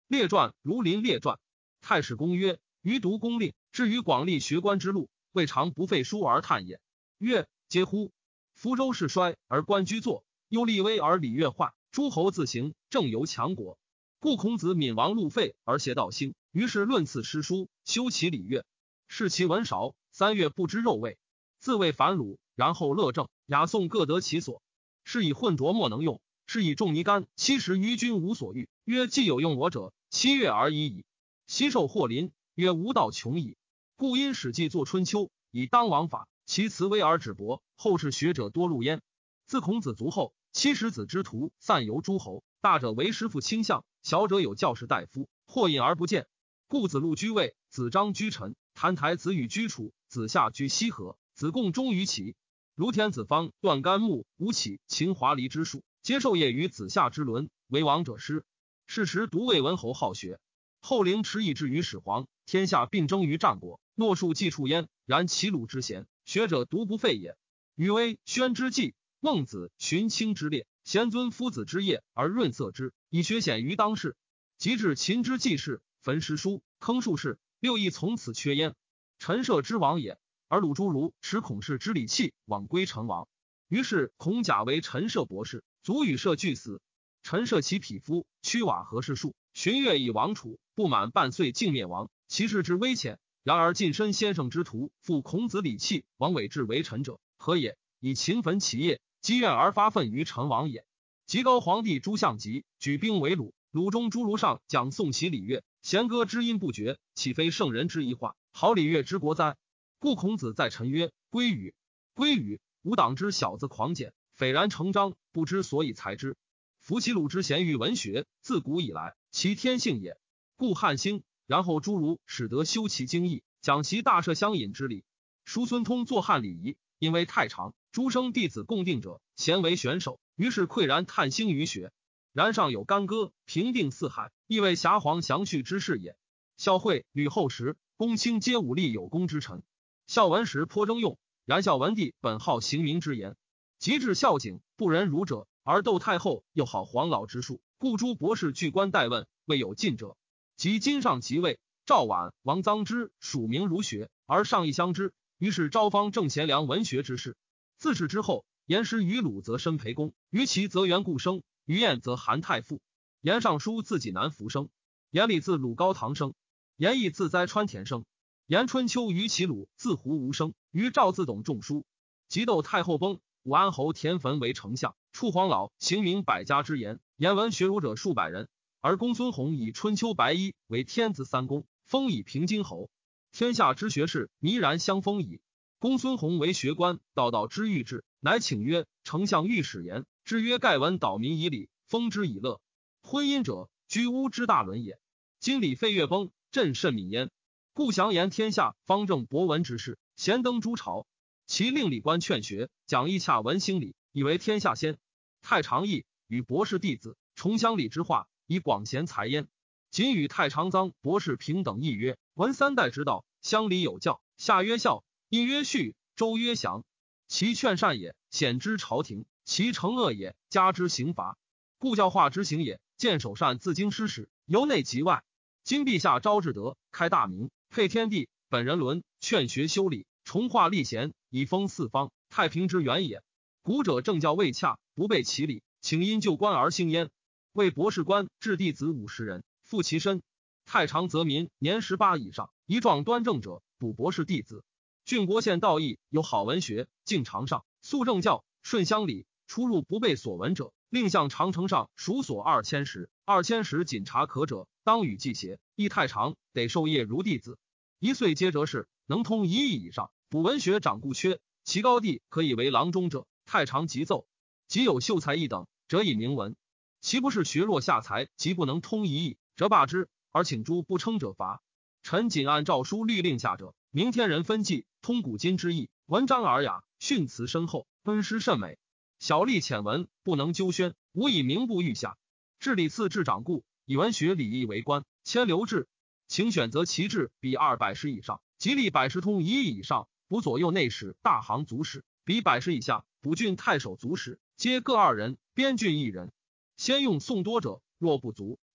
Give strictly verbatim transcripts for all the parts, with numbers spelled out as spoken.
列传如临列传。太史公曰：余读公令，至于广利学官之路，未尝不废书而叹也。曰：嗟乎！福州势衰而官居坐，忧立威而礼乐坏，诸侯自行，正由强国。故孔子闵王路废而邪道兴，于是论次诗书，修其礼乐。视其文韶，三月不知肉味，自谓反鲁，然后乐正，雅颂各得其所。是以混浊莫能用，是以仲尼干七十余君无所欲，曰既有用我者，七月而已矣。昔受祸临，曰无道穷矣。故因史记作春秋，以当王法，其辞微而止薄，后世学者多录焉。自孔子卒后，七十子之徒散游诸侯，大者为师父卿相，小者有教士大夫，或隐而不见。故子路居魏，子张居陈，澹台子羽居楚，子夏居西河，子贡忠于齐。如田子方、段干木、吴起、秦华黎之术，皆受业于子夏之伦，为王者师。是时独魏文侯好学。后陵迟以至于始皇，天下并争于战国，诺数既处焉，然齐鲁之贤，学者独不废也。禹威、宣之际，孟子、荀卿之列，贤尊夫子之业而润色之，以学显于当世。及至秦之季氏，焚诗书，坑术士，六艺从此缺焉。陈涉之王也，而鲁诸儒持孔氏之礼器，往归陈王。于是孔甲为陈涉博士，卒与涉俱死。陈涉其匹夫，屈瓦和氏术，荀悦以王楚，不满半岁竟灭亡，其事之危浅。然而近身先生之徒，复孔子礼器，王委制为臣者，何也？以勤奋其业，积怨而发愤于陈王也。及高皇帝朱相吉举兵为鲁，鲁中诸儒上讲宋其礼乐，弦歌之音不绝，岂非圣人之一化，好礼乐之国哉？故孔子在陈曰：归语，归语，吾党之小子狂简，斐然成章，不知所以裁之。夫其鲁之贤于文学，自古以来，其天性也。故汉兴，然后诸儒使得修其经义，讲其大赦相引之礼。叔孙通作汉礼仪，因为太长，诸生弟子共定者，贤为选手，于是喟然叹兴于学。然上有干戈，平定四海，亦为侠皇详叙之事也。孝惠、吕后时，公卿皆武力有功之臣。孝文时颇征用，然孝文帝本好行名之言，及至孝景，不仁儒者，而窦太后又好黄老之术，故诸博士具官待问，未有进者。及今上即位，赵绾、王臧之属名儒学，而上亦相之，于是昭方正贤良文学之士。自是之后，言师于鲁则申裴公，于齐则元固生，于晏则韩太傅。言尚书自济南福生，言礼自鲁高唐生，言义自灾川田生，言春秋于齐鲁自胡吴生，于赵自董仲舒。及窦太后崩，武安侯田汾为丞相，处黄老行名百家之言，言文学儒者数百人。而公孙弘以春秋白衣为天子三公，封以平津侯。天下之学士弥然相封矣。公孙弘为学官，道道之欲治，乃请曰：丞相御史言，之曰盖闻导民以礼，封之以乐。婚姻者，居屋之大伦也。今礼废乐崩，朕甚悯焉。故详言天下方正博闻之士，咸登诸朝。其令礼官劝学，讲义洽文兴礼，以为天下先。太常义与博士弟子重乡里之化，以广贤才焉。仅与太常臧博士平等义曰：文三代之道，乡里有教，夏曰孝，殷曰序，周曰祥。其劝善也，显之朝廷；其惩恶也，加之刑罚。故教化之行也，见首善自经师始，由内及外。今陛下昭至德，开大明，配天地，本人伦，劝学修理，重化立贤，以封四方，太平之源也。古者政教未洽，不备其礼，请因就官而兴焉。为博士官至弟子五十人，复其身。太常则民年十八以上，仪状端正者，补博士弟子。郡国县道义有好文学，敬常上，肃正教，顺乡里，出入不备所闻者，令向长城上数所二千石，二千石仅察可者，当与记协。亦太常得授业如弟子，一岁皆折士，能通一艺以上，补文学长故缺。其高第可以为郎中者，太常即奏。即有秀才一等，则以明文。其不是学弱下才，即不能通一艺，则罢之，而请诸不称者罚。臣仅按诏书律令下者，明天人分际，通古今之意，文章尔雅，训词深厚，恩师甚美。小吏浅文，不能纠宣，无以名布御下。治理次至长故，以文学礼义为官，迁留制。请选择其制比二百石以上，即立百石通一艺以上，补左右内史、大行足史；比百石以下，补郡太守足史，皆各二人，边郡一人。先用宋多者，若不足，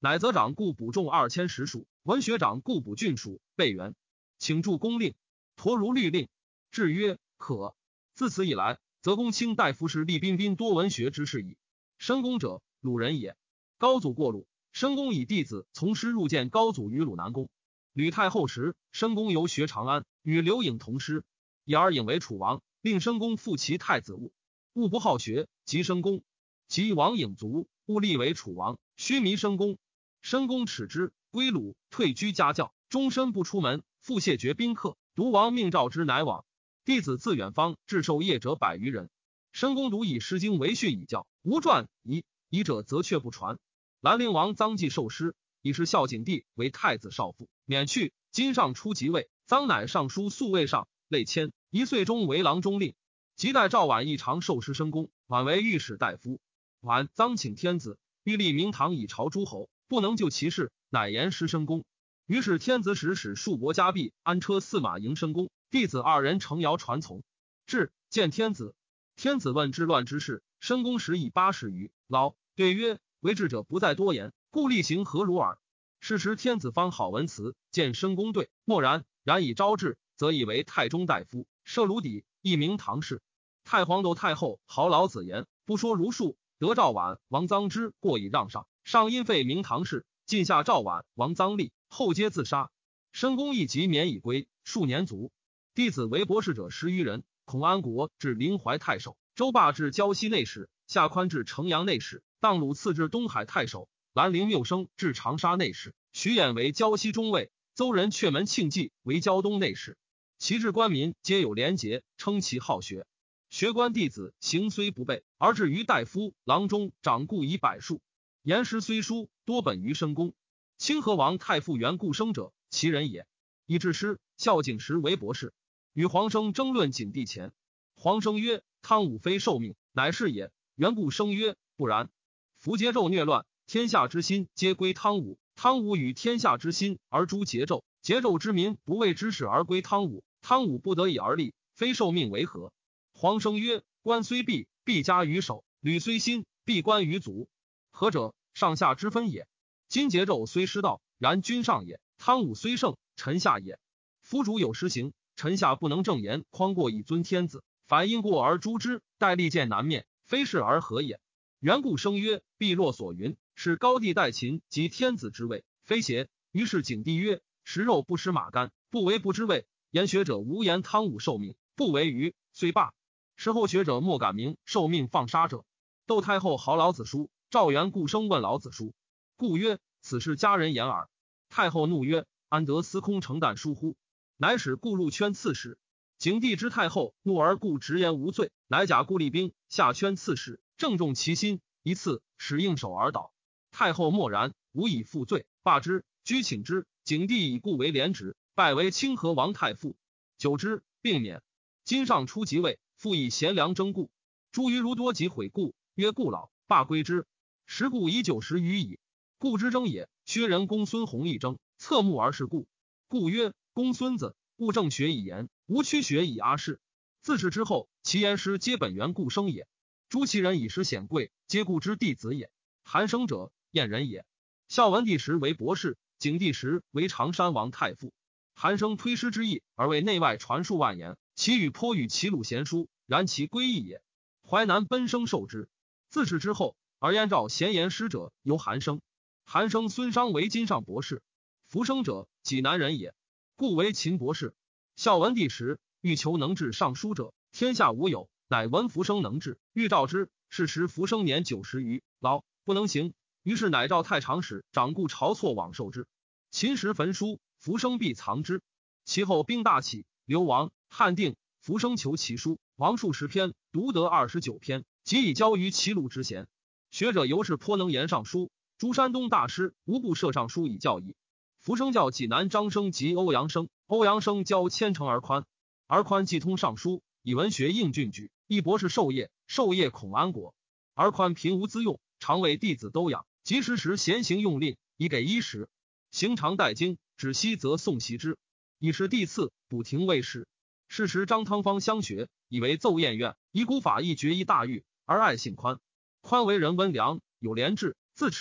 乃则长故补众二千石属，文学长故补郡属备元，请著公令。陀如律令，至曰可。自此以来，则公卿大夫是厉彬彬多文学之士矣。申公者，鲁人也。高祖过鲁，申公以弟子从师入见高祖于鲁南宫。吕太后时，申公游学长安，与刘颖同师，以而颖为楚王，令申公复其太子务。务不好学，及申公。及王颖卒，务立为楚王，须弥申公。申公耻之，归鲁，退居家教，终身不出门，复谢绝宾客。独王命召之，乃往。弟子自远方至授业者百余人。申公独以诗经为训以教，无传遗遗者则却不传。兰陵王臧季受师，以是孝景帝为太子少傅，免去。今上初即位，臧乃尚书宿卫上，累迁，一岁中为郎中令。即代赵绾一常受师申公，绾为御史大夫。绾臧请天子，欲立明堂以朝诸侯，不能就其事，乃言师申公。于是天子使使数国加币，安车驷马迎申公，弟子二人乘摇传从。至，见天子。天子问治乱之事，申公时已八十余，老，对曰：为治者不在多言，故例行何如耳。是时天子方好文辞，见申公对，默然。然以招致，则以为太中大夫，设卢底，一名唐氏。太皇斗太后豪劳子言，不说儒术，得赵绾、王臧之过以让上，上因废明唐氏，进下赵绾、王臧立，后皆自杀。申公一疾免以归，数年卒。弟子为博士者十余人，孔安国至临淮太守，周霸至胶西内史，夏宽至城阳内史，荡鲁次至东海太守，兰陵缪生至长沙内史，徐衍为胶西中尉，邹人阙门庆忌为胶东内史。其至官民皆有廉洁，称其好学。学官弟子行虽不备，而至于大夫、郎中、长故以百数。言诗虽疏，多本于申公。清河王太傅元固生者，其人也。以致师，孝景时为博士，与黄生争论景帝前。黄生曰：汤武非受命，乃是也。元固生曰：不然。夫桀纣虐乱，天下之心皆归汤武，汤武与天下之心而诛桀纣，桀纣之民不为之事而归汤武，汤武不得已而立，非受命为何？黄生曰：官虽弊，必加于手；履虽新，必关于足。何者？上下之分也。今桀纣虽失道，然君上也；汤武虽盛，臣下也。夫主有失行，臣下不能正言，匡过以尊天子，反因过而诛之，待利剑南面，非是而何也？元固生曰：必若所云，是高帝代秦及天子之位，非邪？于是景帝曰：食肉不食马肝，不为不知位。言学者无言汤武受命，不为虞，虽罢。事后学者莫敢明受命放杀者。窦太后好老子书，赵元固生问老子书，故曰：此事家人言耳。太后怒曰：安得司空承旦疏乎？乃使固入圈刺史。景帝知太后怒而固直言无罪，乃假固立兵下圈刺史，正中其心，一刺，使应手而倒。太后默然，无以负罪，罢之，居请之。景帝以固为廉职，拜为清河王太傅。久之，病免。今上初即位，复以贤良征固。诸于如多及悔固，曰固老，罢归之。时固已九十余矣。固之争也，薛人公孙弘一争，侧目而视固。固曰：公孙子，务正学以言，无曲学以阿世。自是之后，其言师皆本源固生也。诸其人以识显贵，皆固之弟子也。韩生者，晏人也。孝文帝时为博士，景帝时为常山王太傅。韩生推师之意，而为内外传数万言，其语颇与齐鲁贤书，然其归义也。淮南奔生受之。自是之后，而燕赵贤言师者，由韩生。韩生孙商为今上博士。福生者，济南人也，故为秦博士。孝文帝时，欲求能治尚书者，天下无有，乃闻福生能治，欲召之。是时福生年九十余，老，不能行，于是乃召太常使长顾晁错往受之。秦时焚书，福生必藏之。其后兵大起，流亡，汉定，福生求其书，王数十篇，独得二十九篇，即以交于齐鲁之贤。学者尤是颇能言尚书，诸山东大师无不设尚书以教矣。福生教济南张生及欧阳生，欧阳生教千乘而宽，而宽既通尚书，以文学应郡举，一博士授业，授业孔安国。而宽贫无资用，常为弟子都养，及时时闲行用令，以给衣食。行常代经，止息则诵习之，以是帝赐，补廷尉士。是时张汤方相学，以为奏宴院，以古法义决一大狱，而爱信宽。宽为人温良，有廉志，自持，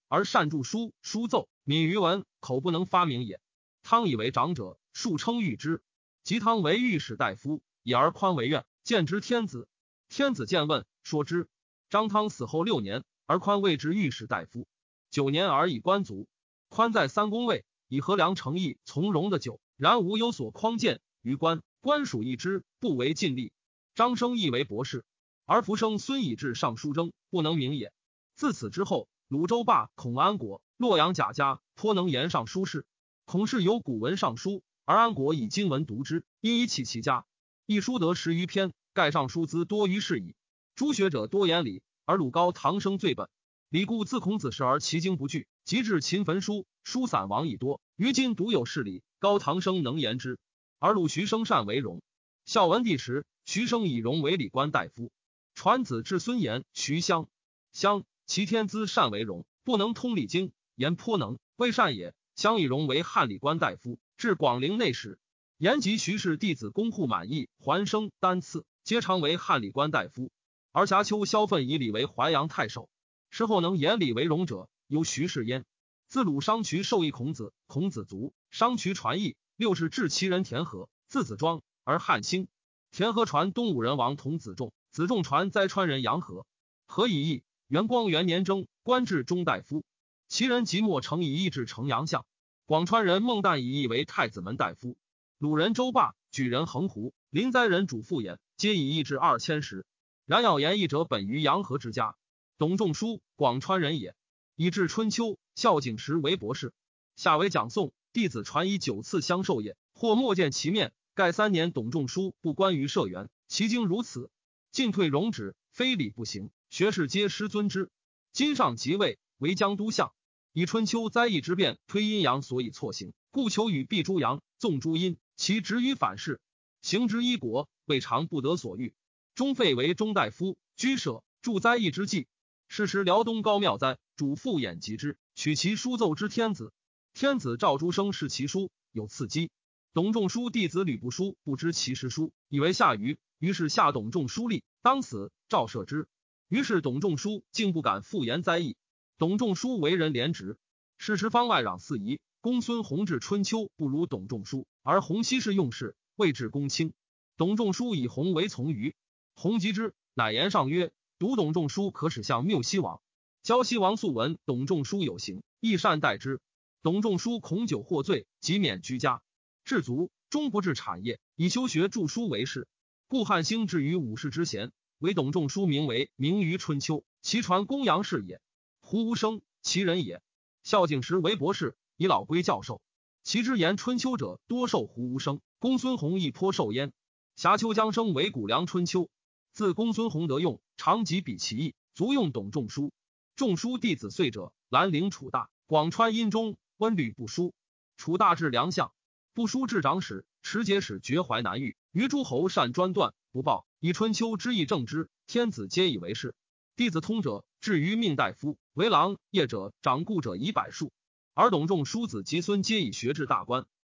而善著书、书奏，敏于文，口不能发明也。汤以为长者，数称誉之。及汤为御史大夫，以而宽为院，见之天子。天子见问，说之。张汤死后六年，而宽位之御史大夫。九年而以官卒。宽在三公位，以和良诚意从容的久，然无有所匡谏于官，官属一之，不为尽力。张生亦为博士，而福生孙以至尚书征，不能明也。自此之后，鲁州霸、孔安国、洛阳贾家颇能言上书事。孔氏有古文尚书，而安国以今文读之，因以启其家。一书得十余篇，盖上书资多于是矣。诸学者多言礼，而鲁高唐生最本。李固自孔子时而其经不惧，及至秦焚书，书散王亦多。于今独有事理，高唐生能言之。而鲁徐生善为容。孝文帝时，徐生以容为礼官大夫。传子至孙延、徐襄。襄其天资善为容，不能通礼经，言颇能，未善也。襄以容为汉礼官大夫，至广陵内史。延及徐氏弟子公户满意、桓生、丹次，皆常为汉礼官大夫。而瑕丘萧奋以礼为淮阳太守。事后能言礼为容者，由徐氏焉。自鲁商渠授意孔子，孔子卒，商渠传译。六世至其人田和，字子庄，而汉兴。田和传东武人王童子仲，子仲传灾川人杨和。何以义？元光元年征，官至中大夫。其人即墨成以义至城阳相。广川人孟旦以义为太子门大夫。鲁人周霸、举人横胡、临灾人主父偃，皆以义至二千石。然要言义者本于杨和之家。董仲舒，广川人也。以至春秋，孝景时为博士，下为讲宋。弟子传以九次相授也，或莫见其面。盖三年，董仲舒不关于社员，其经如此。进退容止，非礼不行，学士皆师尊之。今上即位，为江都相。以春秋灾异之变，推阴阳所以错行，故求与避诸阳，纵诸阴，其直于反噬。行之一国，未尝不得所欲。中废为中大夫，居舍，助灾异之计。是时辽东高庙哉，主父偃及之，取其书奏之天子。天子赵诸生视其书，有赐机。董仲舒弟子吕不书不知其实书，以为下愚，于是下董仲舒立，当死，赵赦之。于是董仲舒竟不敢复言灾异。董仲舒为人廉直，是时方外攘四夷，公孙弘治春秋不如董仲舒，而弘熙是用事，谓至公卿。董仲舒以弘为从于，弘及之，乃言上曰：读董仲舒可使向缪西王。胶西王素闻董仲舒有行，亦善待之。董仲舒恐酒获罪，即免居家。至卒，终不治产业，以修学著书为事。故汉兴至于武士之贤，唯董仲舒名为名于春秋，其传公羊氏也。胡无生，其人也。孝景时为博士，以老归教授。其之言春秋者，多受胡无生。公孙弘亦颇受焉。瑕丘将生为谷梁春秋。自公孙弘得用，常及比其意，足用董仲舒。仲舒弟子岁者，兰陵楚大、广川阴中、温吕不书。楚大至梁相，不书至长史、持节使绝淮南域。于诸侯善专断，不报，以春秋之意正之，天子皆以为是。弟子通者，至于命大夫，为郎；业者，掌故者以百数。而董仲舒子及孙皆以学至大官。